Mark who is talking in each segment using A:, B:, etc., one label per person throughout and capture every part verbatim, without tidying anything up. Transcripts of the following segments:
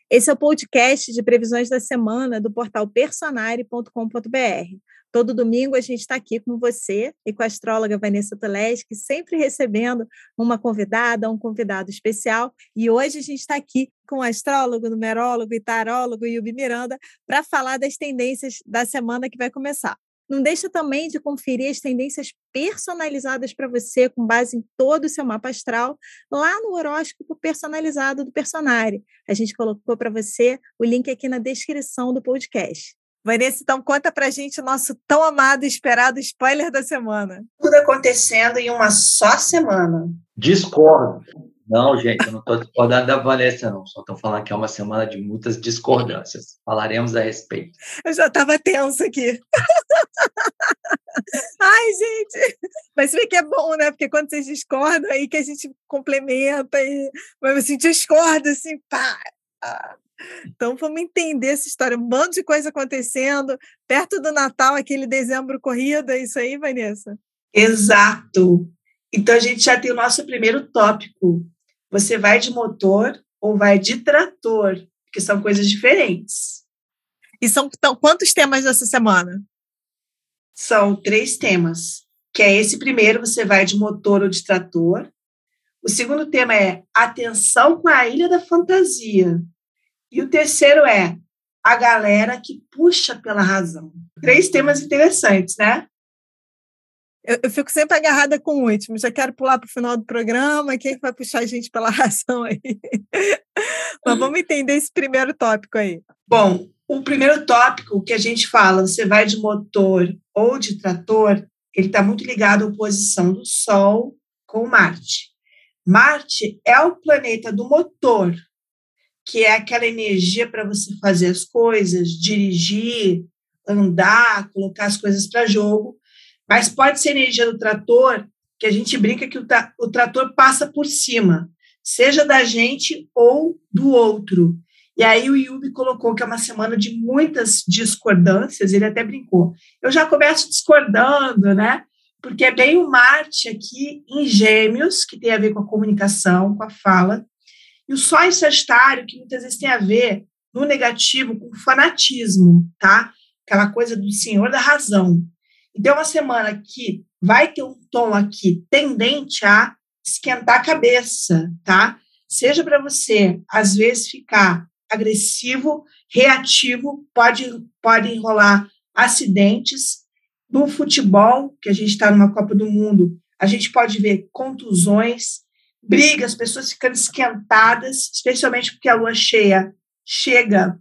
A: Esse é o podcast de previsões da semana do portal personare ponto com ponto b r. Todo domingo a gente está aqui com você e com a astróloga Vanessa Toleschi, sempre recebendo uma convidada, um convidado especial. E hoje a gente está aqui com o astrólogo, numerólogo e tarólogo Yubi Miranda para falar das tendências da semana que vai começar. Não deixa também de conferir as tendências personalizadas para você, com base em todo o seu mapa astral, lá no horóscopo personalizado do Personare. A gente colocou para você o link aqui na descrição do podcast. Vanessa, então conta para a gente o nosso tão amado e esperado spoiler da semana.
B: Tudo acontecendo em uma só semana.
C: Discordo. Não, gente, eu não estou discordando da Vanessa, não. Só estou falando que é uma semana de muitas discordâncias. Falaremos a respeito.
A: Eu já estava tensa aqui. Ai, gente, mas vê que é bom, né? Porque quando vocês discordam, aí que a gente complementa e mas assim, discorda, assim, pá. Então vamos entender essa história, um bando de coisa acontecendo, perto do Natal, aquele dezembro corrida, é isso aí, Vanessa?
B: Exato. Então a gente já tem o nosso primeiro tópico. Você vai de motor ou vai de trator? Porque são coisas diferentes.
A: E são então, quantos temas dessa semana?
B: São três temas, que é esse primeiro, você vai de motor ou de trator. O segundo tema é atenção com a Ilha da Fantasia. E o terceiro é a galera que puxa pela razão. Três temas interessantes, né?
A: Eu, eu fico sempre agarrada com o último. Já quero pular para o final do programa. Quem vai puxar a gente pela razão aí? Mas vamos entender esse primeiro tópico aí.
B: Bom, o primeiro tópico que a gente fala, você vai de motor ou de trator, ele está muito ligado à oposição do Sol com Marte. Marte é o planeta do motor, que é aquela energia para você fazer as coisas, dirigir, andar, colocar as coisas para jogo, mas pode ser energia do trator, que a gente brinca que o, tra- o trator passa por cima, seja da gente ou do outro. E aí o Yubi colocou que é uma semana de muitas discordâncias, ele até brincou. Eu já começo discordando, né? Porque é bem o Marte aqui em Gêmeos, que tem a ver com a comunicação, com a fala, e o Sol em Sagitário, que muitas vezes tem a ver, no negativo, com fanatismo, tá? Aquela coisa do senhor da razão. Então, é uma semana que vai ter um tom aqui tendente a esquentar a cabeça, tá? Seja para você, às vezes, ficar agressivo, reativo, pode, pode enrolar acidentes. No futebol, que a gente está numa Copa do Mundo, a gente pode ver contusões, brigas, pessoas ficando esquentadas, especialmente porque a lua cheia chega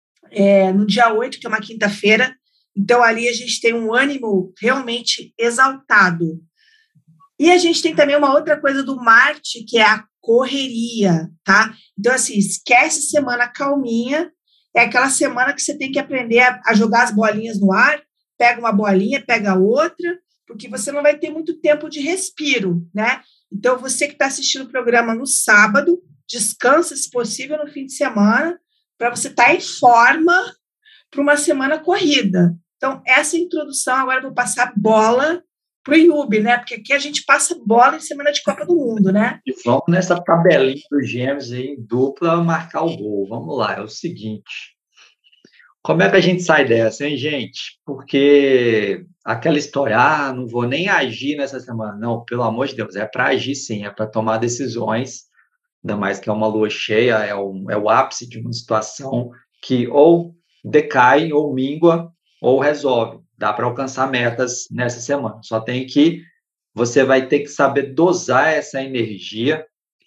B: é, no dia oito, que é uma quinta-feira, então ali a gente tem um ânimo realmente exaltado. E a gente tem também uma outra coisa do Marte, que é a correria, tá? Então, assim, esquece semana calminha, é aquela semana que você tem que aprender a, a jogar as bolinhas no ar, pega uma bolinha, pega outra, porque você não vai ter muito tempo de respiro, né? Então, você que está assistindo o programa no sábado, descansa, se possível, no fim de semana, para você estar tá em forma para uma semana corrida. Então, essa introdução, agora eu vou passar bola para o Yubi, né? Porque aqui a gente passa bola em semana de Copa do Mundo, né?
C: E vamos nessa tabelinha dos Gêmeos aí, em dupla, marcar o gol. Vamos lá, é o seguinte. Como é que a gente sai dessa, hein, gente? Porque aquela história, ah, não vou nem agir nessa semana. Não, pelo amor de Deus, é para agir sim, é para tomar decisões, ainda mais que é uma lua cheia, é o, é o ápice de uma situação que ou decai, ou míngua, ou resolve. Dá para alcançar metas nessa semana. Só tem que, você vai ter que saber dosar essa energia,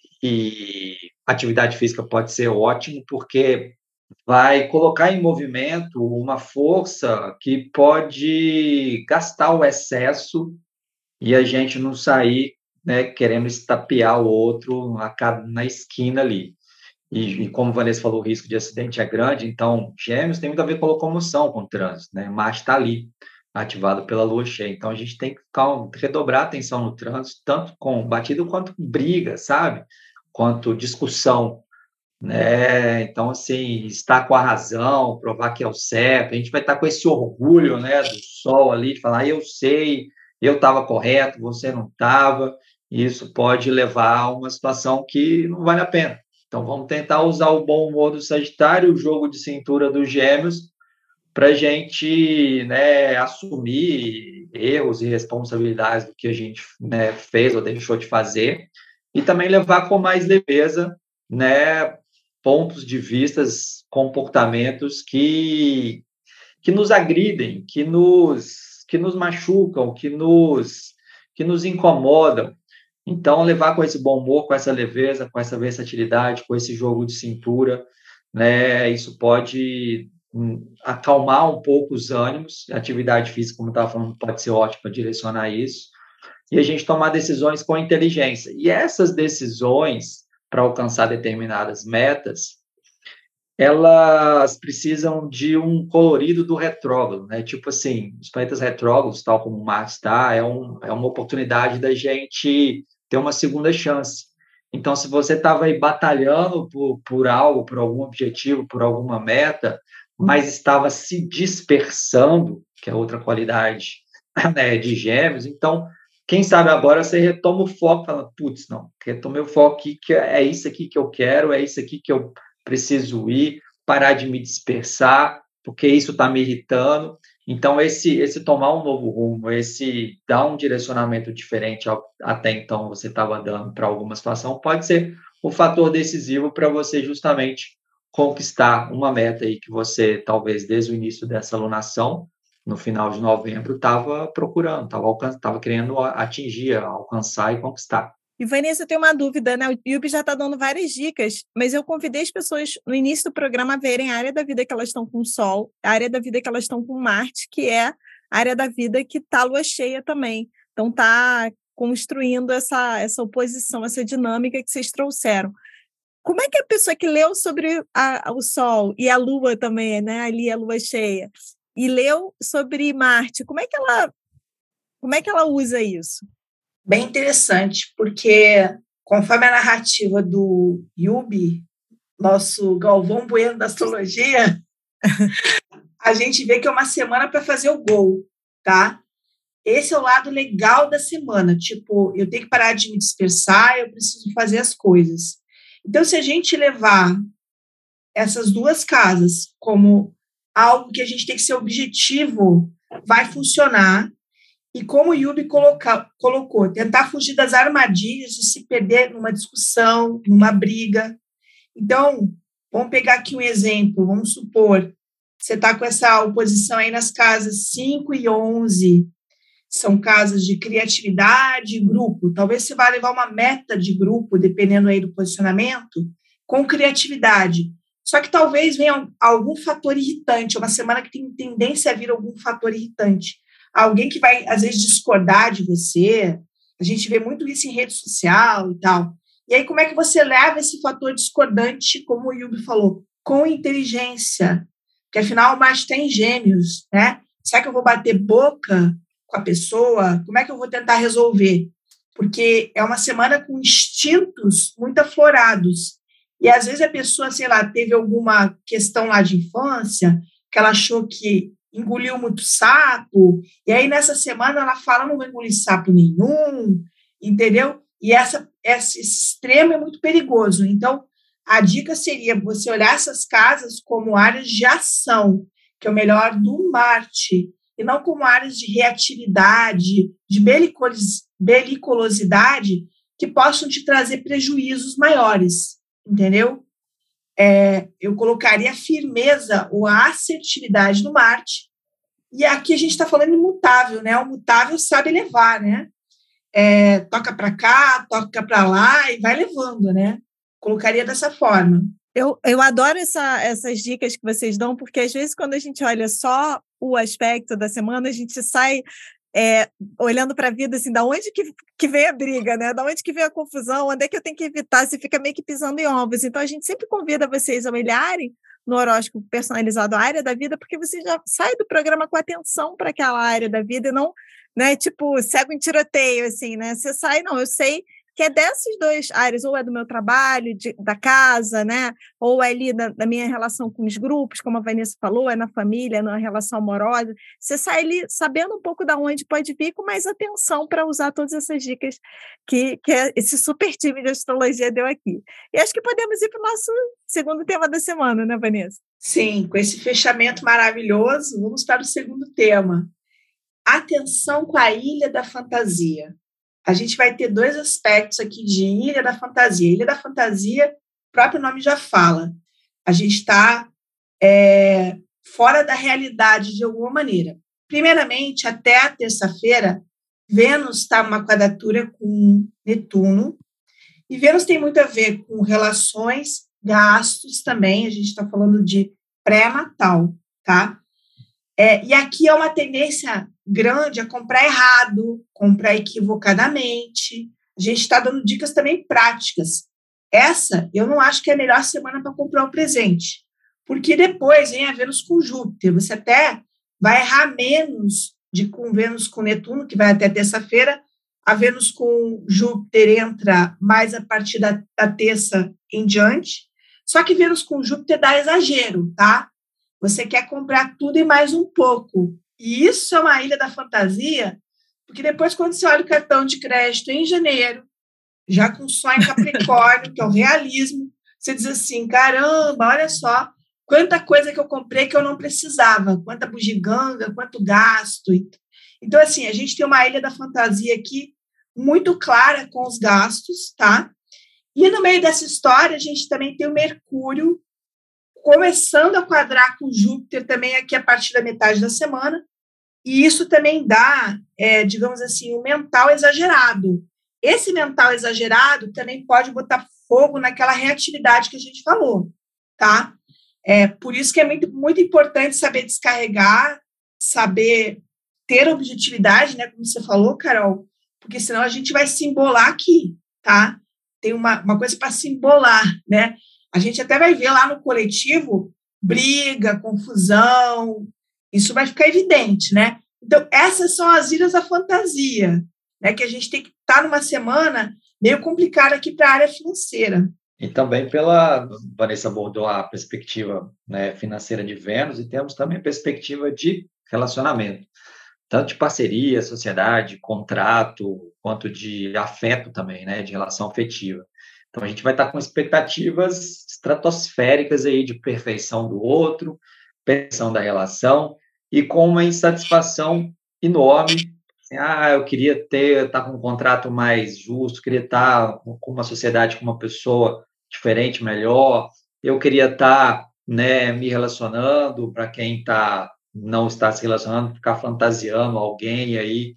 C: e atividade física pode ser ótimo, porque vai colocar em movimento uma força que pode gastar o excesso e a gente não sair, né, querendo estapear o outro na esquina ali. E, e como a Vanessa falou, o risco de acidente é grande, então Gêmeos tem muito a ver com locomoção, com o trânsito, né? Marte está ali, ativado pela lua cheia. Então a gente tem que calma, redobrar a atenção no trânsito, tanto com batida quanto briga, sabe? Quanto discussão, né? Então, assim, estar com a razão, provar que é o certo, a gente vai estar com esse orgulho, né, do Sol ali, de falar, eu sei, eu estava correto, você não estava, e isso pode levar a uma situação que não vale a pena, Então, vamos tentar usar o bom humor do Sagitário, o jogo de cintura dos Gêmeos, para a gente, né, assumir erros e responsabilidades do que a gente, né, fez ou deixou de fazer, e também levar com mais leveza, né, pontos de vistas, comportamentos que, que nos agridem, que nos, que nos machucam, que nos, que nos incomodam. Então, levar com esse bom humor, com essa leveza, com essa versatilidade, com esse jogo de cintura, né, isso pode acalmar um pouco os ânimos. A atividade física, como eu estava falando, pode ser ótima para direcionar isso, e a gente tomar decisões com inteligência. E essas decisões, para alcançar determinadas metas, elas precisam de um colorido do retrógrado, né? Tipo assim, os planetas retrógrados, tal como o Marte está, é, um, é uma oportunidade da gente ter uma segunda chance. Então, se você estava aí batalhando por, por algo, por algum objetivo, por alguma meta, mas estava se dispersando, que é outra qualidade, né, de Gêmeos, então, quem sabe agora você retoma o foco, fala, putz, não, retomei o foco aqui, que é isso aqui que eu quero, é isso aqui que eu preciso ir, parar de me dispersar, porque isso está me irritando. Então, esse, esse tomar um novo rumo, esse dar um direcionamento diferente ao, até então você estava dando para alguma situação, pode ser o fator decisivo para você justamente conquistar uma meta aí que você, talvez, desde o início dessa alunação, no final de novembro, estava procurando, estava alcan- tava querendo atingir, alcançar e conquistar.
A: E, Vanessa, eu tenho uma dúvida, né? O Yubi já está dando várias dicas, mas eu convidei as pessoas no início do programa a verem a área da vida que elas estão com o Sol, a área da vida que elas estão com Marte, que é a área da vida que está a Lua cheia também. Então, está construindo essa, essa oposição, essa dinâmica que vocês trouxeram. Como é que a pessoa que leu sobre a, o Sol e a Lua também, né? Ali a Lua cheia, e leu sobre Marte, como é que ela, como é que ela usa isso?
B: Bem interessante, porque conforme a narrativa do Yubi, nosso Galvão Bueno da astrologia, a gente vê que é uma semana para fazer o gol, tá? Esse é o lado legal da semana, tipo, eu tenho que parar de me dispersar, eu preciso fazer as coisas. Então, se a gente levar essas duas casas como algo que a gente tem que ser objetivo, vai funcionar. E como o Yubi coloca, colocou, tentar fugir das armadilhas de se perder numa discussão, numa briga. Então, vamos pegar aqui um exemplo, vamos supor, você está com essa oposição aí nas casas cinco e onze, são casas de criatividade e grupo. Talvez você vá levar uma meta de grupo, dependendo aí do posicionamento, com criatividade. Só que talvez venha algum fator irritante, uma semana que tem tendência a vir algum fator irritante. Alguém que vai, às vezes, discordar de você. A gente vê muito isso em rede social e tal. E aí, como é que você leva esse fator discordante, como o Yubi falou, com inteligência? Porque, afinal, o Marte tem Gêmeos, né? Será que eu vou bater boca com a pessoa? Como é que eu vou tentar resolver? Porque é uma semana com instintos muito aflorados. E, às vezes, a pessoa, sei lá, teve alguma questão lá de infância, que ela achou que engoliu muito sapo, e aí, nessa semana, ela fala, não vou engolir sapo nenhum, entendeu? E essa, esse extremo é muito perigoso. Então, a dica seria você olhar essas casas como áreas de ação, que é o melhor do Marte, e não como áreas de reatividade, de beliculosidade, que possam te trazer prejuízos maiores, entendeu? É, eu colocaria a firmeza ou a assertividade no Marte, e aqui a gente está falando imutável, né? O mutável sabe levar, né? É, toca para cá, toca para lá e vai levando, né? Colocaria dessa forma.
A: Eu, eu adoro essa, essas dicas que vocês dão, porque às vezes quando a gente olha só o aspecto da semana, a gente sai é, olhando para a vida assim, da onde que, que vem a briga, né? Da onde que vem a confusão, onde é que eu tenho que evitar, você fica meio que pisando em ovos. Então a gente sempre convida vocês a olharem no horóscopo personalizado a área da vida, porque você já sai do programa com atenção para aquela área da vida e não, né, tipo, cego em tiroteio, assim, né? Você sai, não, eu sei que é dessas duas áreas, ou é do meu trabalho, de, da casa, né? Ou é ali da, da minha relação com os grupos, como a Vanessa falou, é na família, na relação amorosa. Você sai ali sabendo um pouco de onde pode vir, com mais atenção para usar todas essas dicas que, que esse super time de astrologia deu aqui. E acho que podemos ir para o nosso segundo tema da semana, né, Vanessa?
B: Sim, com esse fechamento maravilhoso, vamos para o segundo tema. Atenção com a Ilha da Fantasia. A gente vai ter dois aspectos aqui de Ilha da Fantasia. Ilha da Fantasia, o próprio nome já fala. A gente está é, fora da realidade de alguma maneira. Primeiramente, até a terça-feira, Vênus está numa quadratura com Netuno. E Vênus tem muito a ver com relações, gastos também. A gente está falando de pré-natal, tá? É, e aqui é uma tendência grande a comprar errado, comprar equivocadamente. A gente está dando dicas também práticas. Essa, eu não acho que é a melhor semana para comprar um presente, porque depois vem a Vênus com Júpiter. Você até vai errar menos de com Vênus com Netuno, que vai até terça-feira. A Vênus com Júpiter entra mais a partir da, da terça em diante. Só que Vênus com Júpiter dá exagero, tá? Você quer comprar tudo e mais um pouco. E isso é uma ilha da fantasia, porque depois, quando você olha o cartão de crédito em janeiro, já com Sol em Capricórnio, que é o realismo, você diz assim, caramba, olha só, quanta coisa que eu comprei que eu não precisava, quanta bugiganga, quanto gasto. Então, assim, a gente tem uma ilha da fantasia aqui muito clara com os gastos, tá? E no meio dessa história, a gente também tem o Mercúrio começando a quadrar com Júpiter também aqui a partir da metade da semana, e isso também dá, é, digamos assim, um mental exagerado. Esse mental exagerado também pode botar fogo naquela reatividade que a gente falou, tá? É, por isso que é muito, muito importante saber descarregar, saber ter objetividade, né, como você falou, Carol, porque senão a gente vai se embolar aqui, tá? Tem uma, uma coisa para se embolar, né? A gente até vai ver lá no coletivo briga, confusão, isso vai ficar evidente, né? Então, essas são as ilhas da fantasia, né? Que a gente tem que estar numa semana meio complicada aqui para a área financeira.
C: E também pela, Vanessa abordou a perspectiva, né, financeira de Vênus, e temos também a perspectiva de relacionamento, tanto de parceria, sociedade, contrato, quanto de afeto também, né, de relação afetiva. Então, a gente vai estar com expectativas estratosféricas aí de perfeição do outro, perfeição da relação, e com uma insatisfação enorme. Assim, ah, eu queria ter, estar com um contrato mais justo, queria estar com uma sociedade com uma pessoa diferente, melhor, eu queria estar, né, me relacionando, para quem tá, não está se relacionando, ficar fantasiando alguém aí,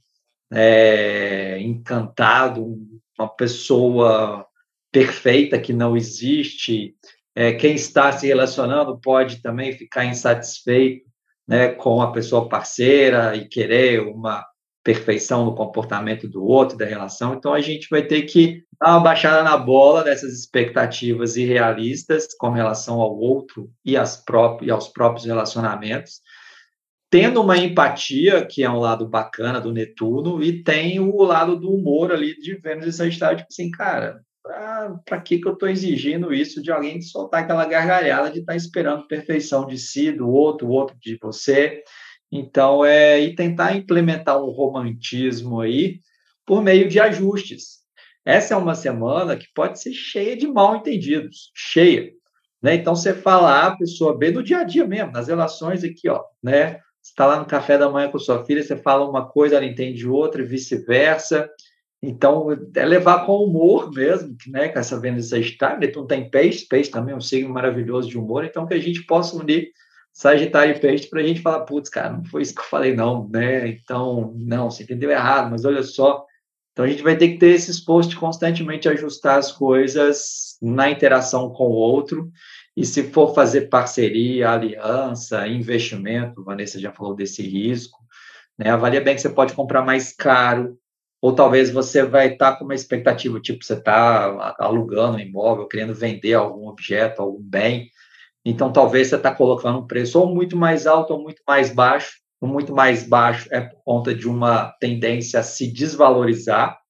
C: é, encantado, uma pessoa perfeita que não existe. É, quem está se relacionando pode também ficar insatisfeito, né, com a pessoa parceira e querer uma perfeição no comportamento do outro, da relação. Então, a gente vai ter que dar uma baixada na bola dessas expectativas irrealistas com relação ao outro e, às próprias, e aos próprios relacionamentos, tendo uma empatia, que é um lado bacana do Netuno, e tem o lado do humor ali de Vênus e Sagitário, tipo assim, cara, para que, que eu estou exigindo isso de alguém que soltar aquela gargalhada de estar tá esperando perfeição de si, do outro, o outro de você? Então, é e tentar implementar um romantismo aí por meio de ajustes. Essa é uma semana que pode ser cheia de mal-entendidos, cheia, né? Então, você fala a pessoa bem no dia a dia mesmo, nas relações aqui, ó, né? Você está lá no café da manhã com sua filha, você fala uma coisa, ela entende outra e vice-versa. Então, é levar com humor mesmo, né? Com essa Vênus Sagitário, Netuno tem Peixe, Peixe também é um signo maravilhoso de humor, então que a gente possa unir Sagitário e Peixe para a gente falar, putz, cara, não foi isso que eu falei, não, né? Então, não, você entendeu errado, mas olha só. Então, a gente vai ter que ter esse esforço de constantemente ajustar as coisas na interação com o outro, e se for fazer parceria, aliança, investimento, a Vanessa já falou desse risco, né? Avalia bem que você pode comprar mais caro, ou talvez você vai estar com uma expectativa, tipo, você está alugando um imóvel, querendo vender algum objeto, algum bem, então talvez você está colocando um preço ou muito mais alto ou muito mais baixo. O muito mais baixo é por conta de uma tendência a se desvalorizar,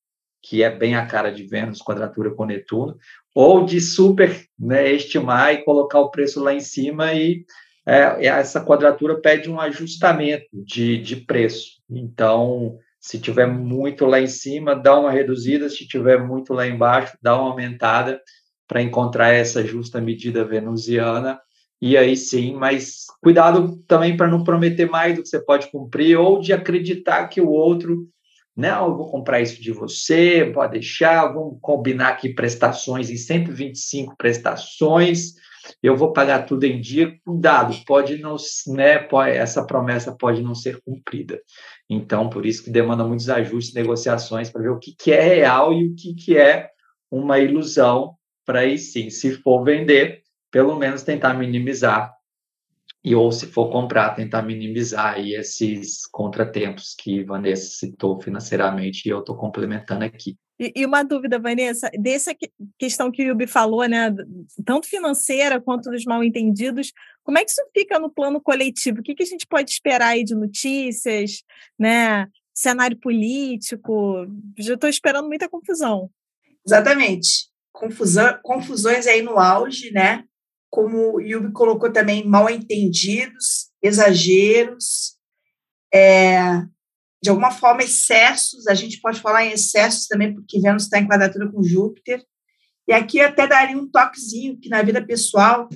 C: que é bem a cara de Vênus, quadratura com Netuno, ou de super, né, estimar e colocar o preço lá em cima e é, essa quadratura pede um ajustamento de, de preço. Então, se tiver muito lá em cima, dá uma reduzida, se tiver muito lá embaixo, dá uma aumentada para encontrar essa justa medida venusiana. E aí sim, mas cuidado também para não prometer mais do que você pode cumprir ou de acreditar que o outro, não, eu vou comprar isso de você, pode deixar, vamos combinar aqui prestações em cento e vinte e cinco prestações, eu vou pagar tudo em dia. Cuidado, pode não, né, pode, essa promessa pode não ser cumprida. Então, por isso que demanda muitos ajustes, negociações, para ver o que, que é real e o que, que é uma ilusão, para aí sim, se for vender, pelo menos tentar minimizar, e ou se for comprar, tentar minimizar aí esses contratempos que Vanessa citou financeiramente, e eu estou complementando aqui.
A: E, e uma dúvida, Vanessa, dessa questão que o Yubi falou, né, tanto financeira quanto dos mal-entendidos, como é que isso fica no plano coletivo? O que, que a gente pode esperar aí de notícias, né, cenário político? Já estou esperando muita confusão.
B: Exatamente. Confusão, confusões aí no auge, né? Como o Yubi colocou também, mal-entendidos, exageros, é, de alguma forma, excessos. A gente pode falar em excessos também, porque Vênus está em quadratura com Júpiter. E aqui eu até daria um toquezinho, que na vida pessoal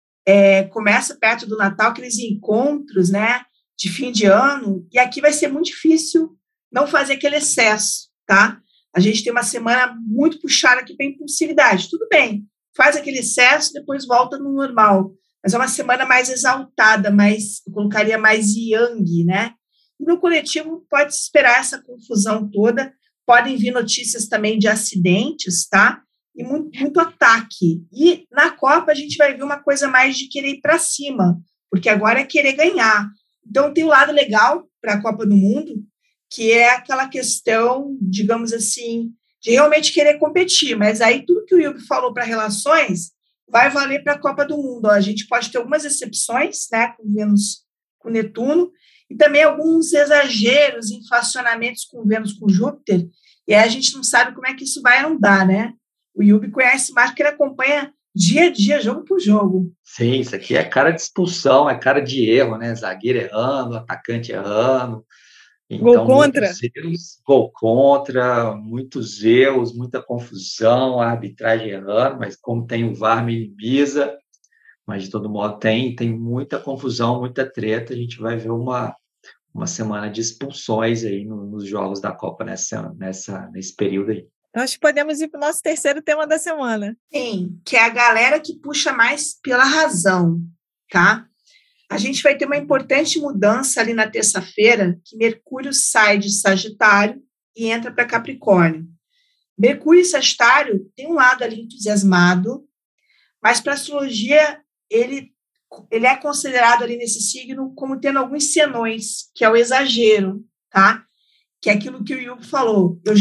B: é, começa perto do Natal, aqueles encontros, né, de fim de ano, e aqui vai ser muito difícil não fazer aquele excesso, tá? A gente tem uma semana muito puxada aqui para impulsividade. Tudo bem, faz aquele excesso, depois volta no normal. Mas é uma semana mais exaltada, mais, eu colocaria mais yang, né? E no coletivo pode se esperar essa confusão toda, podem vir notícias também de acidentes, tá? E muito, muito ataque. E na Copa a gente vai ver uma coisa mais de querer ir para cima, porque agora é querer ganhar. Então tem o um lado legal para a Copa do Mundo, que é aquela questão, digamos assim, de realmente querer competir. Mas aí tudo que o Yubi falou para relações vai valer para a Copa do Mundo. A gente pode ter algumas exceções, né, com Vênus, com Netuno, e também alguns exageros, inflacionamentos com Vênus, com Júpiter, e aí a gente não sabe como é que isso vai andar, né? O Yubi conhece mais porque ele acompanha dia a dia, jogo por jogo.
C: Sim, isso aqui é cara de expulsão, é cara de erro, né? Zagueiro errando, atacante errando. Então,
A: gol contra?
C: Erros, gol contra, muitos erros, muita confusão, a arbitragem errando, mas como tem o V A R, minimiza. Mas, de todo modo, tem, tem muita confusão, muita treta. A gente vai ver uma, uma semana de expulsões aí no, nos jogos da Copa nessa, nessa, nesse período aí.
A: Nós podemos ir para o nosso terceiro tema da semana.
B: Sim, que é a galera que puxa mais pela razão, tá? A gente vai ter uma importante mudança ali na terça-feira, que Mercúrio sai de Sagitário e entra para Capricórnio. Mercúrio e Sagitário tem um lado ali entusiasmado, mas para a astrologia ele, ele é considerado ali nesse signo como tendo alguns senões, que é o exagero, tá? Que é aquilo que o Yubi falou. Eu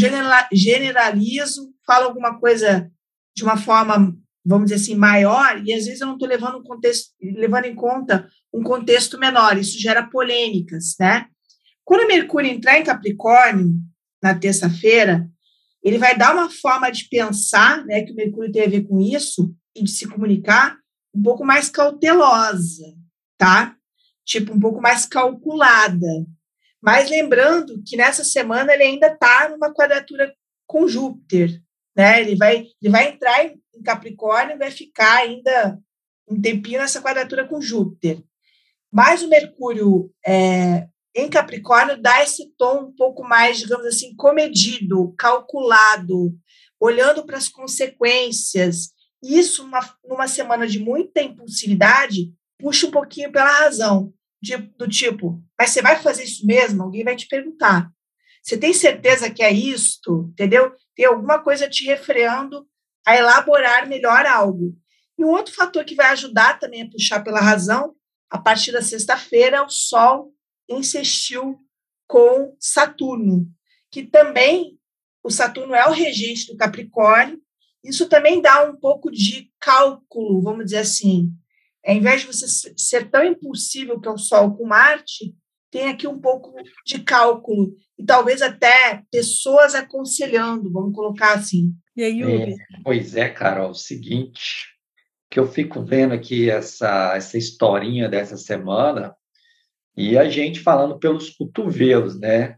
B: generalizo, falo alguma coisa de uma forma, vamos dizer assim, maior, e às vezes eu não estou levando, um contexto, levando em conta um contexto menor. Isso gera polêmicas, né? Quando Mercúrio entrar em Capricórnio, na terça-feira, ele vai dar uma forma de pensar, né, que o Mercúrio tem a ver com isso, e de se comunicar um pouco mais cautelosa, tá? Tipo, um pouco mais calculada. Mas lembrando que nessa semana ele ainda está numa quadratura com Júpiter, né? Ele vai, ele vai entrar em Capricórnio e vai ficar ainda um tempinho nessa quadratura com Júpiter. Mas o Mercúrio é, em Capricórnio dá esse tom um pouco mais, digamos assim, comedido, calculado, olhando para as consequências. Isso, numa, numa semana de muita impulsividade, puxa um pouquinho pela razão. De, do tipo, mas você vai fazer isso mesmo? Alguém vai te perguntar. Você tem certeza que é isto? Entendeu? Tem alguma coisa te refreando a elaborar melhor algo. E um outro fator que vai ajudar também a puxar pela razão, a partir da sexta-feira, é o Sol em sextil com Saturno, que também, o Saturno é o regente do Capricórnio, isso também dá um pouco de cálculo, vamos dizer assim. Ao invés de você ser tão impulsivo que é o Sol com Marte, tem aqui um pouco de cálculo, e talvez até pessoas aconselhando, vamos colocar assim.
A: E aí, Yubi?
C: É, pois é, Carol, o seguinte, que eu fico vendo aqui essa, essa historinha dessa semana, e a gente falando pelos cotovelos, né?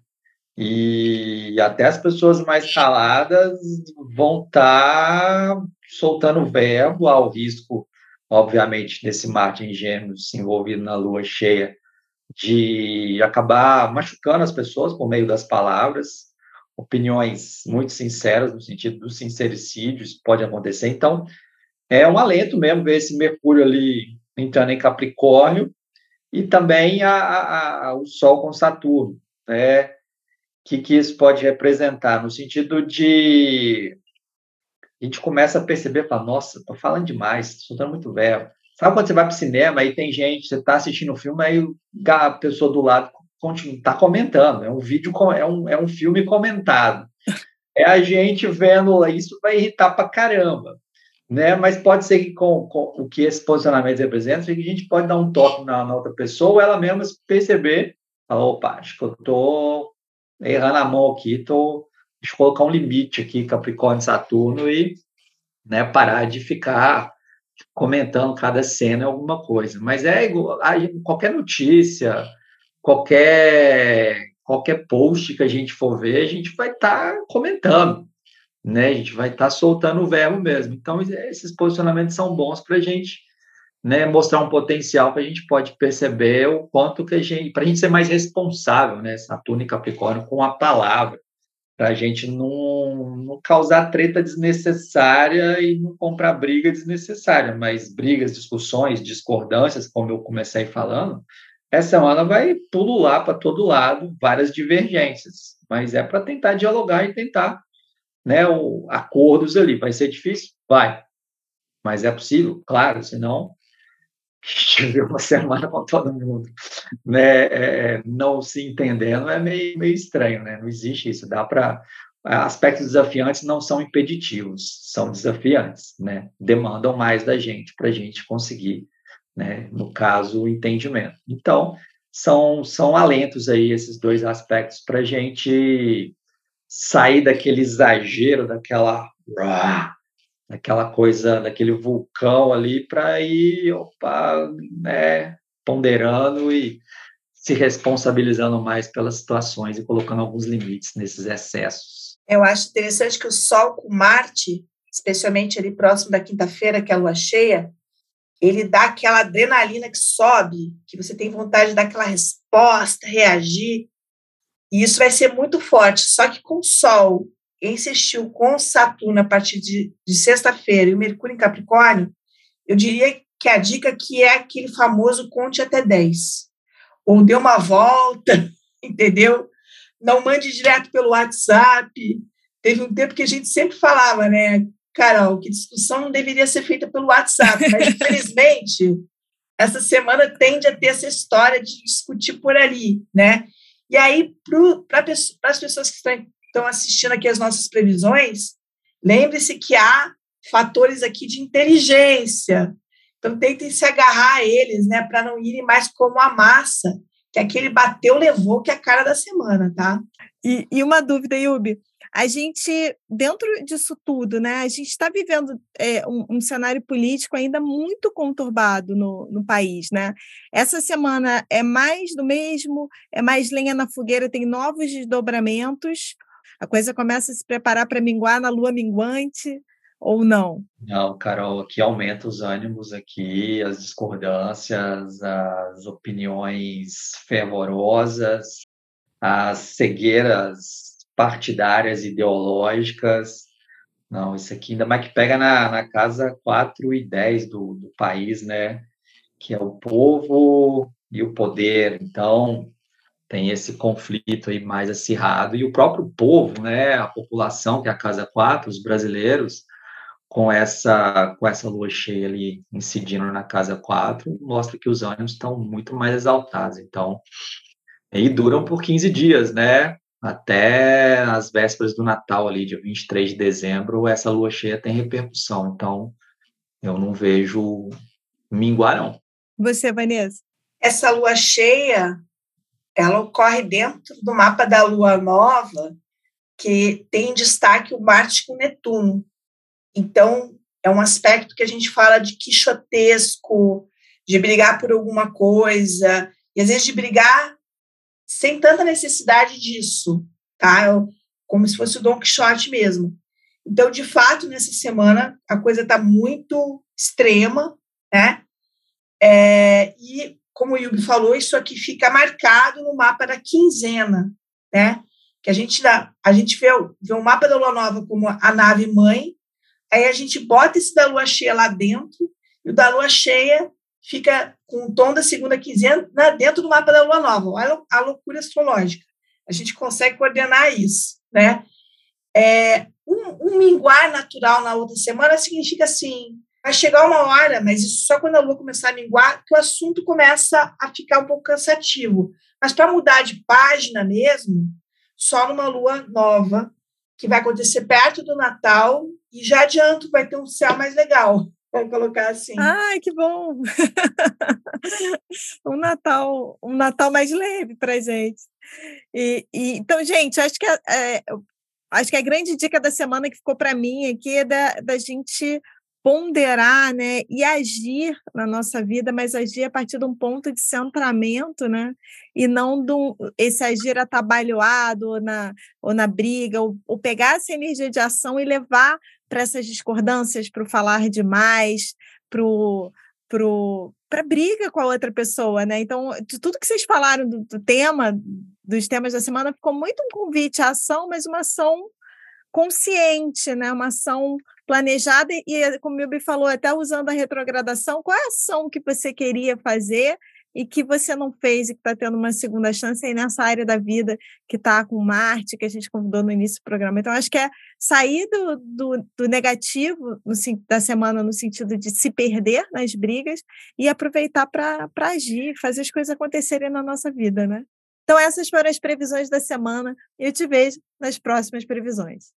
C: E até as pessoas mais caladas vão estar soltando verbo ao risco, obviamente, desse Marte em Gêmeos se envolvido na lua cheia, de acabar machucando as pessoas por meio das palavras, opiniões muito sinceras, no sentido do sincericídio, isso pode acontecer. Então, é um alento mesmo ver esse Mercúrio ali entrando em Capricórnio e também a, a, a, o Sol com Saturno, né? O que, que isso pode representar? No sentido de a gente começa a perceber, fala, nossa, estou falando demais, estou soltando muito verbo. Sabe quando você vai para o cinema e tem gente, você está assistindo um filme, aí a pessoa do lado está comentando, é um vídeo, é um, é um filme comentado. É a gente vendo, isso vai irritar para caramba. Né? Mas pode ser que com, com o que esse posicionamento representa, a gente pode dar um toque na, na outra pessoa, ou ela mesma perceber, falar, opa, acho que eu estou errando a mão aqui, tô, deixa eu colocar um limite aqui, Capricórnio e Saturno, e né, parar de ficar comentando cada cena alguma coisa. Mas é igual, qualquer notícia, qualquer, qualquer post que a gente for ver, a gente vai estar tá comentando. Né, a gente vai estar tá soltando o verbo mesmo. Então, esses posicionamentos são bons para a gente, né, mostrar um potencial que a gente pode perceber o quanto que a gente, para a gente ser mais responsável, né, Saturno e Capricórnio, com a palavra, para a gente não, não causar treta desnecessária e não comprar briga desnecessária, mas brigas, discussões, discordâncias, como eu comecei falando, essa semana vai pulular para todo lado, várias divergências, mas é para tentar dialogar e tentar né, o, acordos ali. Vai ser difícil? Vai. Mas é possível? Claro, senão viver uma semana com todo mundo né, é, não se entendendo é meio, meio estranho, né? Não existe isso. Dá para aspectos desafiantes não são impeditivos, são desafiantes, né? Demandam mais da gente para a gente conseguir, né? No caso, o entendimento. Então, são, são alentos aí esses dois aspectos para a gente sair daquele exagero, daquela daquela coisa, daquele vulcão ali para ir, opa, né, ponderando e se responsabilizando mais pelas situações e colocando alguns limites nesses excessos.
B: Eu acho interessante que o Sol com Marte, especialmente ali próximo da quinta-feira, que é a lua cheia, ele dá aquela adrenalina que sobe, que você tem vontade de dar aquela resposta, reagir, e isso vai ser muito forte. Só que com o Sol insistiu com Saturno a partir de, de sexta-feira e o Mercúrio em Capricórnio, eu diria que a dica que é aquele famoso conte até dez. Ou dê uma volta, entendeu? Não mande direto pelo WhatsApp. Teve um tempo que a gente sempre falava, né, Carol, que discussão não deveria ser feita pelo WhatsApp, mas infelizmente essa semana tende a ter essa história de discutir por ali, né? E aí, para as pessoas que estão estão assistindo aqui as nossas previsões, lembre-se que há fatores aqui de inteligência. Então, tentem se agarrar a eles, né, para não irem mais como a massa, que aquele bateu, levou, que é a cara da semana, tá?
A: E, e uma dúvida, Yubi, a gente, dentro disso tudo, né, a gente está vivendo é, um, um cenário político ainda muito conturbado no, no país, né? Essa semana é mais do mesmo, é mais lenha na fogueira, tem novos desdobramentos, a coisa começa a se preparar para minguar na lua minguante, ou não?
C: Não, Carol, aqui aumenta os ânimos aqui, as discordâncias, as opiniões fervorosas, as cegueiras partidárias, ideológicas. Não, isso aqui ainda mais que pega na, na casa quatro e dez do, do país, né? Que é o povo e o poder. Então, tem esse conflito aí mais acirrado. E o próprio povo, né? A população, que é a casa quatro, os brasileiros, com essa, com essa lua cheia ali incidindo na casa quatro, mostra que os ânimos estão muito mais exaltados. Então, e duram por quinze dias, né? Até as vésperas do Natal, ali, dia vinte e três de dezembro, essa lua cheia tem repercussão. Então, eu não vejo minguar, não.
A: Você, Vanessa?
B: Essa lua cheia, ela ocorre dentro do mapa da Lua Nova, que tem em destaque o Marte com Netuno. Então, é um aspecto que a gente fala de quixotesco, de brigar por alguma coisa, e às vezes de brigar sem tanta necessidade disso, tá? Como se fosse o Dom Quixote mesmo. Então, de fato, nessa semana, a coisa está muito extrema, né? É, e, como o Yubi falou, isso aqui fica marcado no mapa da quinzena, né? Que a gente, dá, a gente vê, vê o mapa da Lua Nova como a nave mãe, aí a gente bota esse da Lua cheia lá dentro, e o da Lua cheia fica com o tom da segunda quinzena dentro do mapa da Lua Nova. Olha a loucura astrológica. A gente consegue coordenar isso, né? É, um, um minguar natural na outra semana significa assim, vai chegar uma hora, mas isso só quando a Lua começar a minguar, que o assunto começa a ficar um pouco cansativo. Mas para mudar de página mesmo, só numa Lua nova, que vai acontecer perto do Natal, e já adianto, vai ter um céu mais legal, vamos colocar assim.
A: Ai, que bom! um Natal, um Natal mais leve para gente. E, e, então, gente, acho que, é, acho que a grande dica da semana que ficou para mim aqui é da, da gente ponderar, né, e agir na nossa vida, mas agir a partir de um ponto de centramento, né, e não de um, esse agir atabalhoado ou na, ou na briga, ou, ou pegar essa energia de ação e levar para essas discordâncias, para o falar demais, para pro, para briga com a outra pessoa, né? Então, de tudo que vocês falaram do, do tema, dos temas da semana, ficou muito um convite à ação, mas uma ação consciente, né? Uma ação planejada e, como o Yubi falou, até usando a retrogradação, qual é a ação que você queria fazer e que você não fez e que está tendo uma segunda chance aí nessa área da vida que está com Marte, que a gente convidou no início do programa. Então, acho que é sair do, do, do negativo no, da semana no sentido de se perder nas brigas e aproveitar para agir, fazer as coisas acontecerem na nossa vida, né? Então, essas foram as previsões da semana e eu te vejo nas próximas previsões.